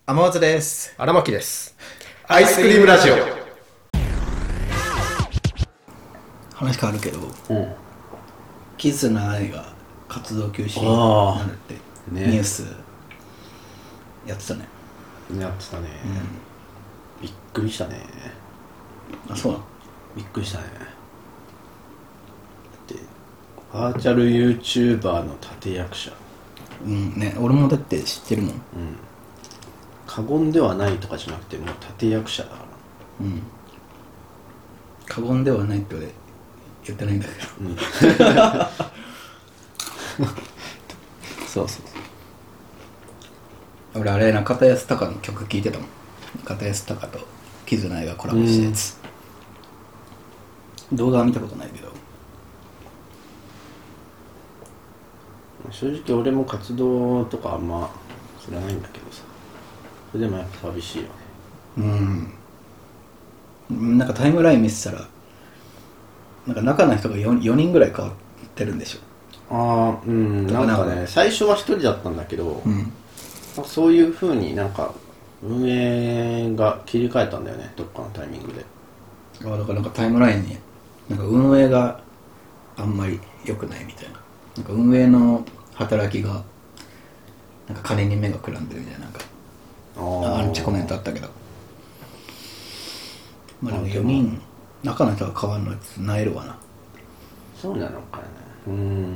天松です。 荒牧です。 アイスクリームラジオ。 話変わるけど、キズナアイが活動休止になるってニュースやってたね。 やってたね、びっくりしたね。 あ、そうなの？ びっくりしたね。だってバーチャル YouTuber の立役者。 ね、俺もだって知ってるもん。 過言ではないとかじゃなくてもう立役者だから。 過言ではないって俺言ってないんだけど。そうそう。俺あれ中田泰孝の曲聴いてたもん。中田泰孝とキズナアイがコラボしたやつ。動画は見たことないけど。 正直俺も活動とかあんま知らないんだけどさ、それでもやっぱ寂しいよね。 なんかタイムライン見てたらなんか中の人が 4人ぐらい変わってるんでしょ。 なんかね、最初は1人だったんだけど、そういう風になんか運営が切り替えたんだよね、どっかのタイミングで。 だからなんかタイムラインになんか運営があんまり良くないみたいな、なんか運営の働きがなんか金に目がくらんでるみたいな、なんかアンチコメントあったけど、まあでも4人中の人が変わるのってなえるわな。 そうなのかね。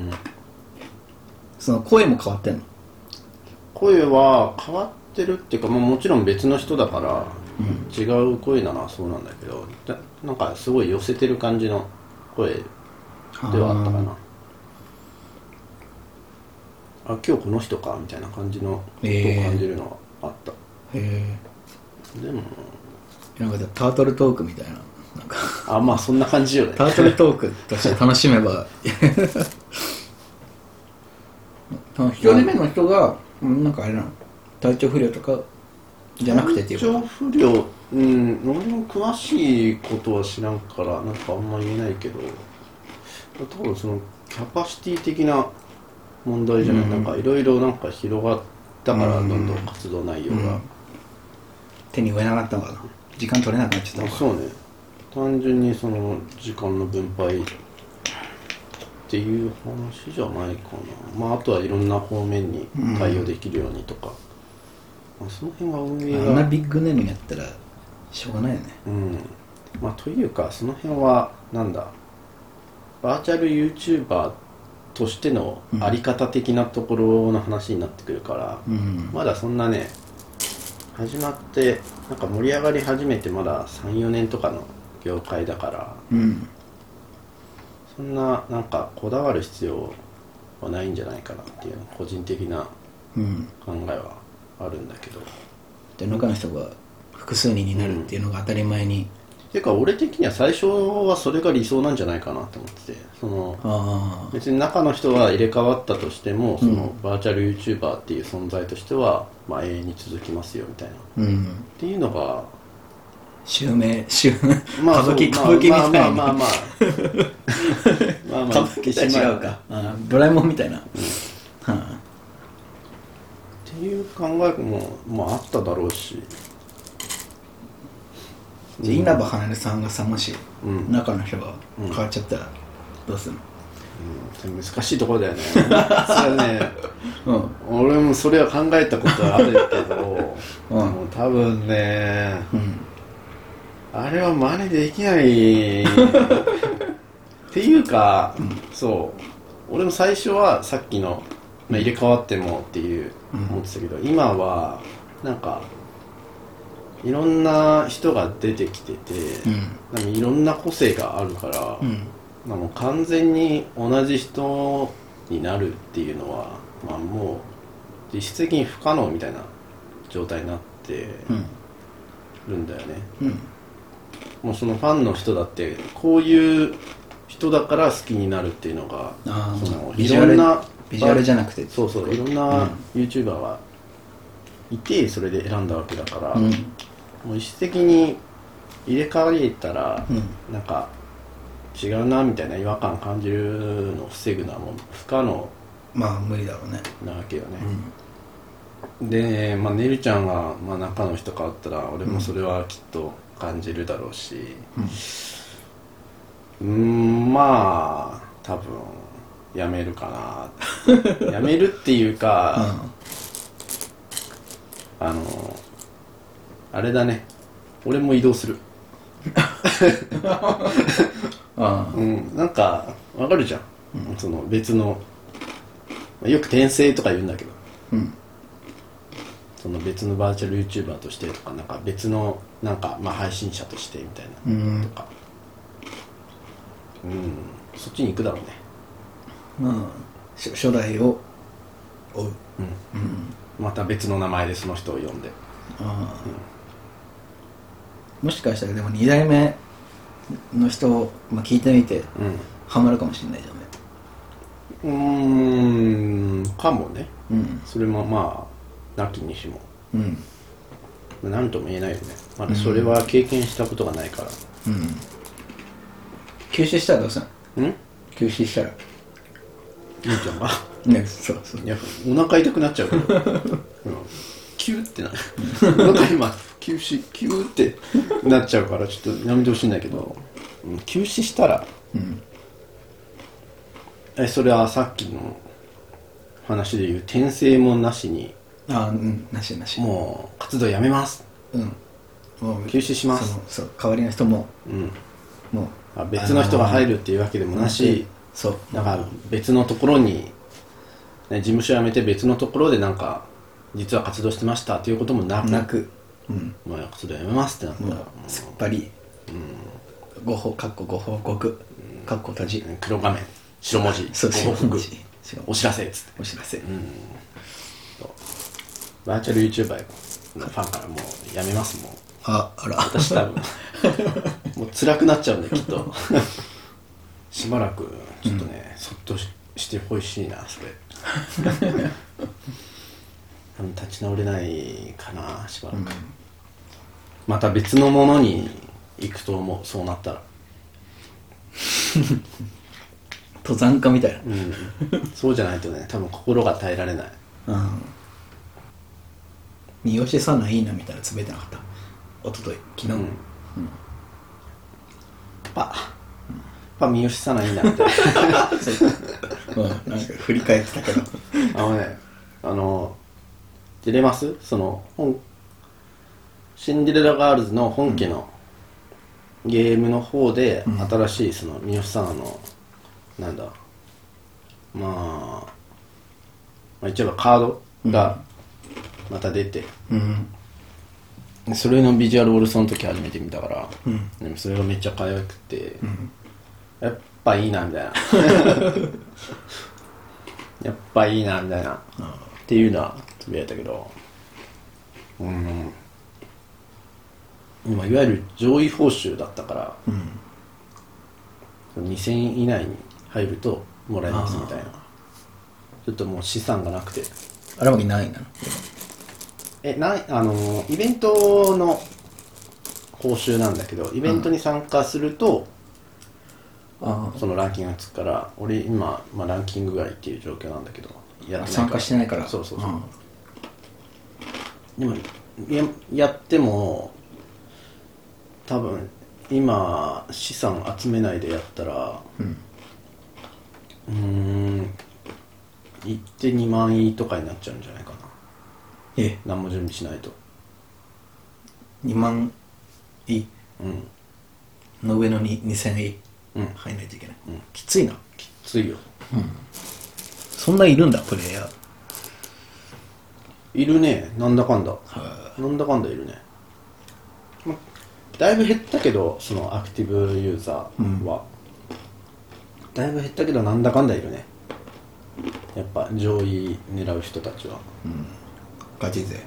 その声も変わってんの？ 声は変わってるっていうか、もちろん別の人だから、違う声なのはそうなんだけど、なんかすごい寄せてる感じの声ではあったかな。あ、今日この人かみたいな感じのことを感じるのはあった。でもなんかタートルトークみたいな、なんかまあそんな感じよね。 タートルトークとして楽しめば1人目の人がなんかあれなの、体調不良とかじゃなくてっていうか。 体調不良、俺も詳しいことは知らんからなんかあんま言えないけど、多分そのキャパシティ的な問題じゃない、なんかいろいろなんか広がったから、どんどん活動内容が、 手に負えなかったのかな、時間取れなくなっちゃったのかな。 そうね、単純にその時間の分配っていう話じゃないかな。あとはいろんな方面に対応できるようにとか、その辺は運営があんなビッグネームやったらしょうがないよね。 というかその辺はなんだ、バーチャル YouTuber としてのあり方的なところの話になってくるから、まだそんなね、始まってなんか盛り上がり始めてまだ 3,4 年とかの業界だから、そんななんかこだわる必要はないんじゃないかなっていう個人的な考えはあるんだけど、 で中の人が複数人になるっていうのが当たり前に、 ていうか俺的には最初はそれが理想なんじゃないかなと思ってて、その別に中の人は入れ替わったとしても、そのバーチャル YouTuber っていう存在としては、永遠に続きますよみたいな、っていうのが襲名歌舞伎みたいな歌舞伎と違うか、ドラえもんみたいな、 っていう考えもあっただろうし、 じゃあ稲葉花さんがさ、もし中の人が変わっちゃったらどうするの？ 難しいところだよね。それはね、俺もそれは考えたことはあるけど、もう多分ね、あれは真似できないっていうか、そう俺も最初はさっきの、入れ替わってもっていう思ってたけど、今はなんかいろんな人が出てきてて、なんかいろんな個性があるから、もう完全に同じ人になるっていうのは、もう実質的に不可能みたいな状態になってるんだよね。もうそのファンの人だってこういう人だから好きになるっていうのが、そのいろんなビジュアルじゃなくて、 いろんな YouTuber はいて、それで選んだわけだから、もう意識的に入れ替わりたら、なんか違うなみたいな違和感感じるのを防ぐのはもう不可能無理だろうねなわけよね。 で、まあ、ねるちゃんが、まあ、中の人変わったら俺もそれはきっと感じるだろうし、まあ多分やめるかなやめるっていうか、あれだね、俺も移動するなんかわかるじゃん、その別のよく転生とか言うんだけど、その別のバーチャル YouTuber としてとか、なんか別のなんか、まあ、配信者としてみたいな、とかそっちに行くだろうね。 まあ初代を追う、 また別の名前でその人を呼んで、 もしかしたらでも2代目の人を、まあ、聞いてみて、ハマるかもしれないじゃんね。 かもね、それもまあなきにしも、なんとも言えないよね。まだそれは経験したことがないから。 休止したらどうすんの？休止したらゆうちゃんがね、そういやお腹痛くなっちゃうから、キューってなるお腹今キューってなっちゃうからちょっとやめてほしいんだけど、休止したら、それはさっきの話でいう転生もなしに、 なしなし、 もう活動やめます、もう休止します、 そう代わりの人も、もう別の人が入るっていうわけでもなし、 そうだから別のところに、ね、事務所辞めて別のところでなんか実は活動してましたっていうこともなく、もう活動やめますってなったら、 すっぱり、ご報告、かっこ閉じ、 黒画面白文字、ご報告、お知らせっつって、 お知らせ、 バーチャル YouTuber のファンからもうやめますもん。 あら私多分もう辛くなっちゃうんできっとしばらくちょっとね、そっとしてほしいなそれ立ち直れないかなしばらく、また別のものに行くと思う、そうなったら登山家みたいな、 そうじゃないとね多分心が耐えられない。 三好さんないいなみたいなつぶやいてなかった一昨日昨日、 パ三好さんはいいなみたいななんか振り返ってたけど出れます？そのシンデレラガールズの本家のゲームの方で、新しいその三好さんのなんだ、まあ言っちゃえばカードがまた出て、それのビジュアル俺その時初めて見たから、でもそれがめっちゃ可愛くて、やっぱいいなみたいなやっぱいいなみたいな、っていうのはつぶやいたけど、今いわゆる上位報酬だったから、2000円以内に入るともらえますみたいな、ちょっともう資産がなくて、 あれもいないなのイベントの報酬なんだけど、イベントに参加すると、そのランキングがつくから、俺今、ランキング外っていう状況なんだけど、 参加してないから。 そう、でも やっても多分今資産集めないでやったら、行って2万円とかになっちゃうんじゃないかな。何も準備しないと 2万円の上の2000円入んないといけない、きついな。 きついよ、 そんないるんだプレイヤーいるね。なんだかんだいるね、だいぶ減ったけど、そのアクティブユーザーは、だいぶ減ったけどなんだかんだいるね。やっぱ上位狙う人たちは、 ガチ勢。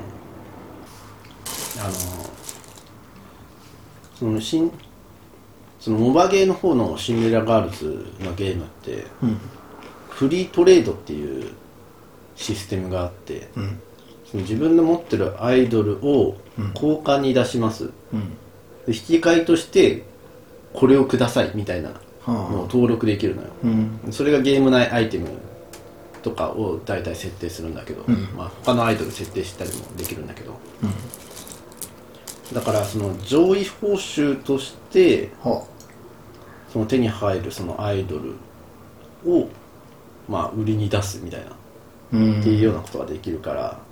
そのモバゲーの方のシンデレラガールズのゲームって、フリートレードっていうシステムがあって、その自分の持ってるアイドルを交換に出します、で引き換えとしてこれをくださいみたいなのを登録できるのよ、それがゲーム内アイテムとかを大体設定するんだけど、 うんまあ、他のアイドル設定したりもできるんだけど、だからその上位報酬としてはその手に入るそのアイドルをまあ売りに出すみたいなっていうようなことができるから、 はい、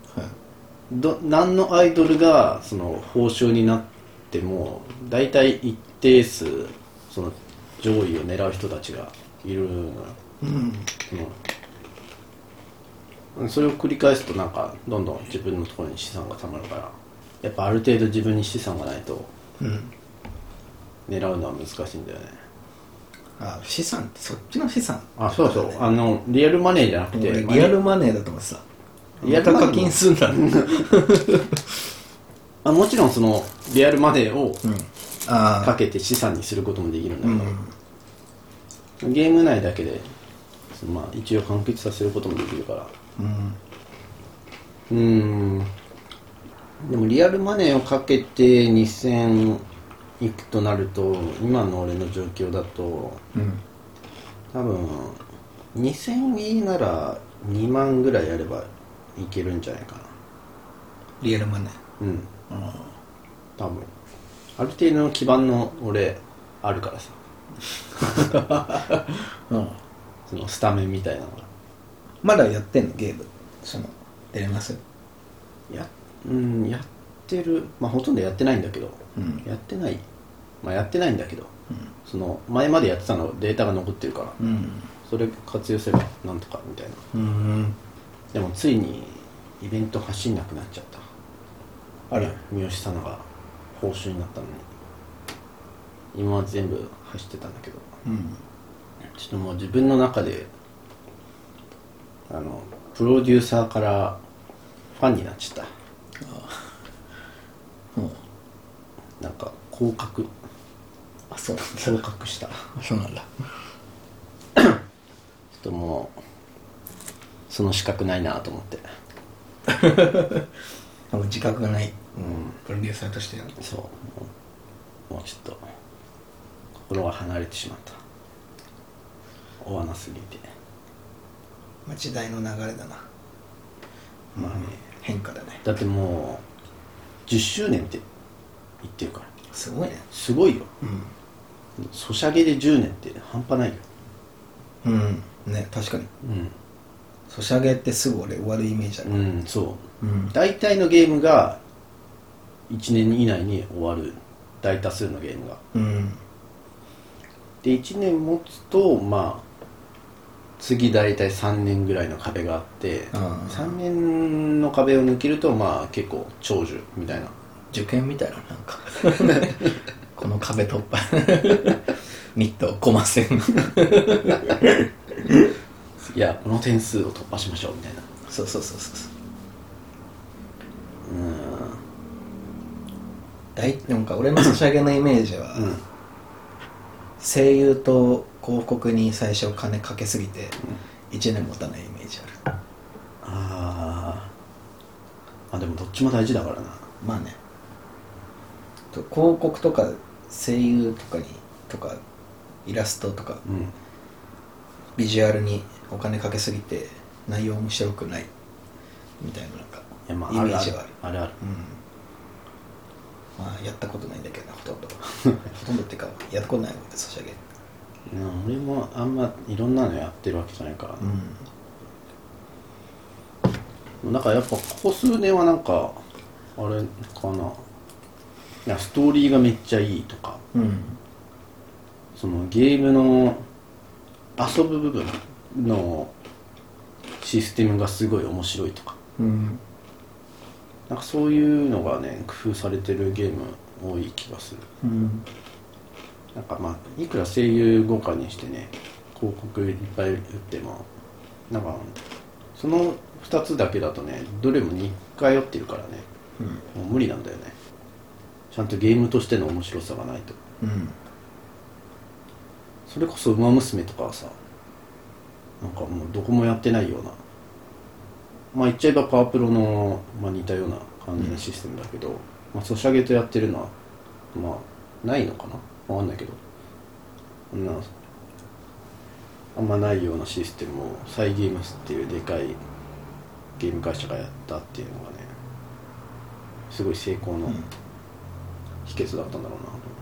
何のアイドルがその報酬になっても大体一定数その上位を狙う人たちがいるのよ、それを繰り返すとなんかどんどん自分のところに資産がたまるから、やっぱある程度自分に資産がないと狙うのは難しいんだよね。 あ、資産ってそっちの資産、 あ、そうそう、リアルマネーじゃなくて俺リアルマネーだと思ってさ、 リアルマネー課金するんだもちろんそのリアルマネーをあかけて資産にすることもできるんだけど、ゲーム内だけでまあ一応完結させることもできるから、でもリアルマネーをかけて2000いくとなると今の俺の状況だと、多分2000いいなら2万ぐらいやればいけるんじゃないかな。 リアルマネー、 多分ある程度の基盤の俺あるからさそのスタメンみたいなのがまだやってんのゲーム、その出れますやってる、まあほとんどやってないんだけど、やってないんだけど、その前までやってたのデータが残ってるから、それ活用すればなんとかみたいな、でもついにイベント走んなくなっちゃった。あれ三好さんが報酬になったのに今は全部走ってたんだけど、ちょっともう自分の中でプロデューサーからファンになっちゃった。なんか降格、 そうなんだ、 降格した。 そうなんだちょっともうその資格ないなと思ってもう自覚がない、プロデューサーとしては。 そうもうちょっと心が離れてしまった。追わなすぎて。 まあ、時代の流れだな。 まあね、 変化だね。 だってもう10周年って言ってるから。 すごいね。 すごいよ。ソシャゲで10年って半端ないよ。 ね、確かに。ソシャゲってすぐ俺終わるイメージある。 そう、大体のゲームが1年以内に終わる、大多数のゲームが、で1年持つとまあ次大体3年ぐらいの壁があって、3年の壁を抜けるとまあ結構長寿みたいな、 受験みたいな、なんかこの壁突破ミットコマ線いやこの点数を突破しましょうみたいな。 そうなんか俺のソシャゲのイメージは、声優と広告に最初金かけすぎて1年持たないイメージある。 でもどっちも大事だからな。 まあね、広告とか声優とかイラストとか、ビジュアルにお金かけすぎて内容面白くないみたいな、なんかイメージはある。 あるまあやったことないんだけどな、ほとんどほとんどっていうかやったことないのでソシャゲ。 俺もあんまいろんなのやってるわけじゃないから、なんかやっぱここ数年はなんかあれかな、いやストーリーがめっちゃいいとか、そのゲームの遊ぶ部分のシステムがすごい面白いとか、なんかそういうのがね工夫されてるゲーム多い気がする。なんかまあいくら声優豪華にしてね広告いっぱい打ってもなんかその2つだけだとねどれも似通ってるからね、もう無理なんだよね。ちゃんとゲームとしての面白さがないと、それこそ「ウマ娘」とかはさ、なんかもうどこもやってないような、まあ言っちゃえばパワープロの、似たような感じのシステムだけど、ソシャゲとやってるのはないのかな、わかんないけど、 あんまないようなシステムをサイゲームスっていうでかいゲーム会社がやったっていうのがねすごい成功の秘訣だったんだろ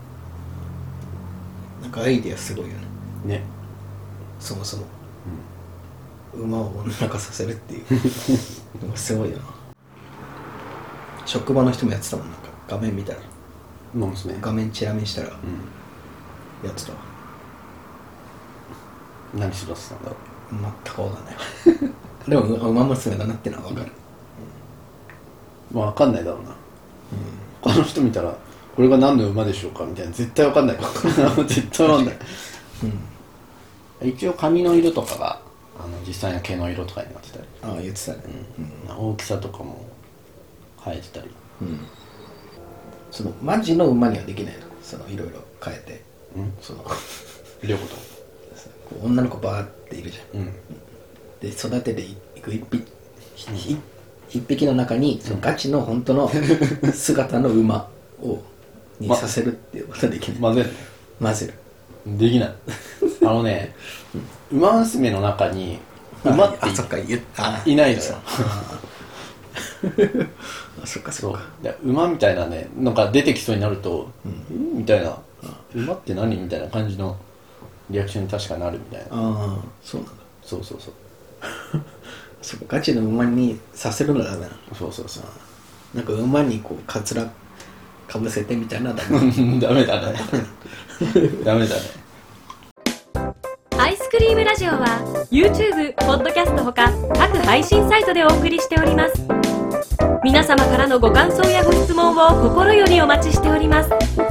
うなと。 なんかアイディアすごいよね。 ね。 そもそも、馬を温暖化させるっていうのがすごいよな。職場の人もやってたもん。なんか画面見たら馬娘画面チラ見したら、やってたわ。 何しろってたんだろ全くわかんないでも馬娘だなってのは分かる、 う。まあ分かんないだろうな、他の人見たらこれが何の馬でしょうかみたいな絶対分かんない絶対分かんない、一応髪の色とかが実際の毛の色とかになってたり、 ああ言ってたね、 大きさとかも変えてたり、 そのマジの馬にはできないの。そのいろいろ変えて、そのどういうこ女の子バーっているじゃん、 と？ で育てていく一匹の中にそのガチの本当の姿の馬にさせるっていうことはできない。混ぜるできない馬娘の中に馬ってそっかいないのよそっかそっか。 馬みたいなねのが出てきそうになると、みたいな、馬って何みたいな感じのリアクションに確かなるみたいな。 ああそうなんだ。 そうそっか、ガチの馬にさせるのはダメなの。 そうなんか馬にこうカツラかぶせてみたいなダメダメだねダメだね。 アイスクリームラジオは YouTube、ポッドキャストほか各配信サイトでお送りしております。皆様からのご感想やご質問を心よりお待ちしております。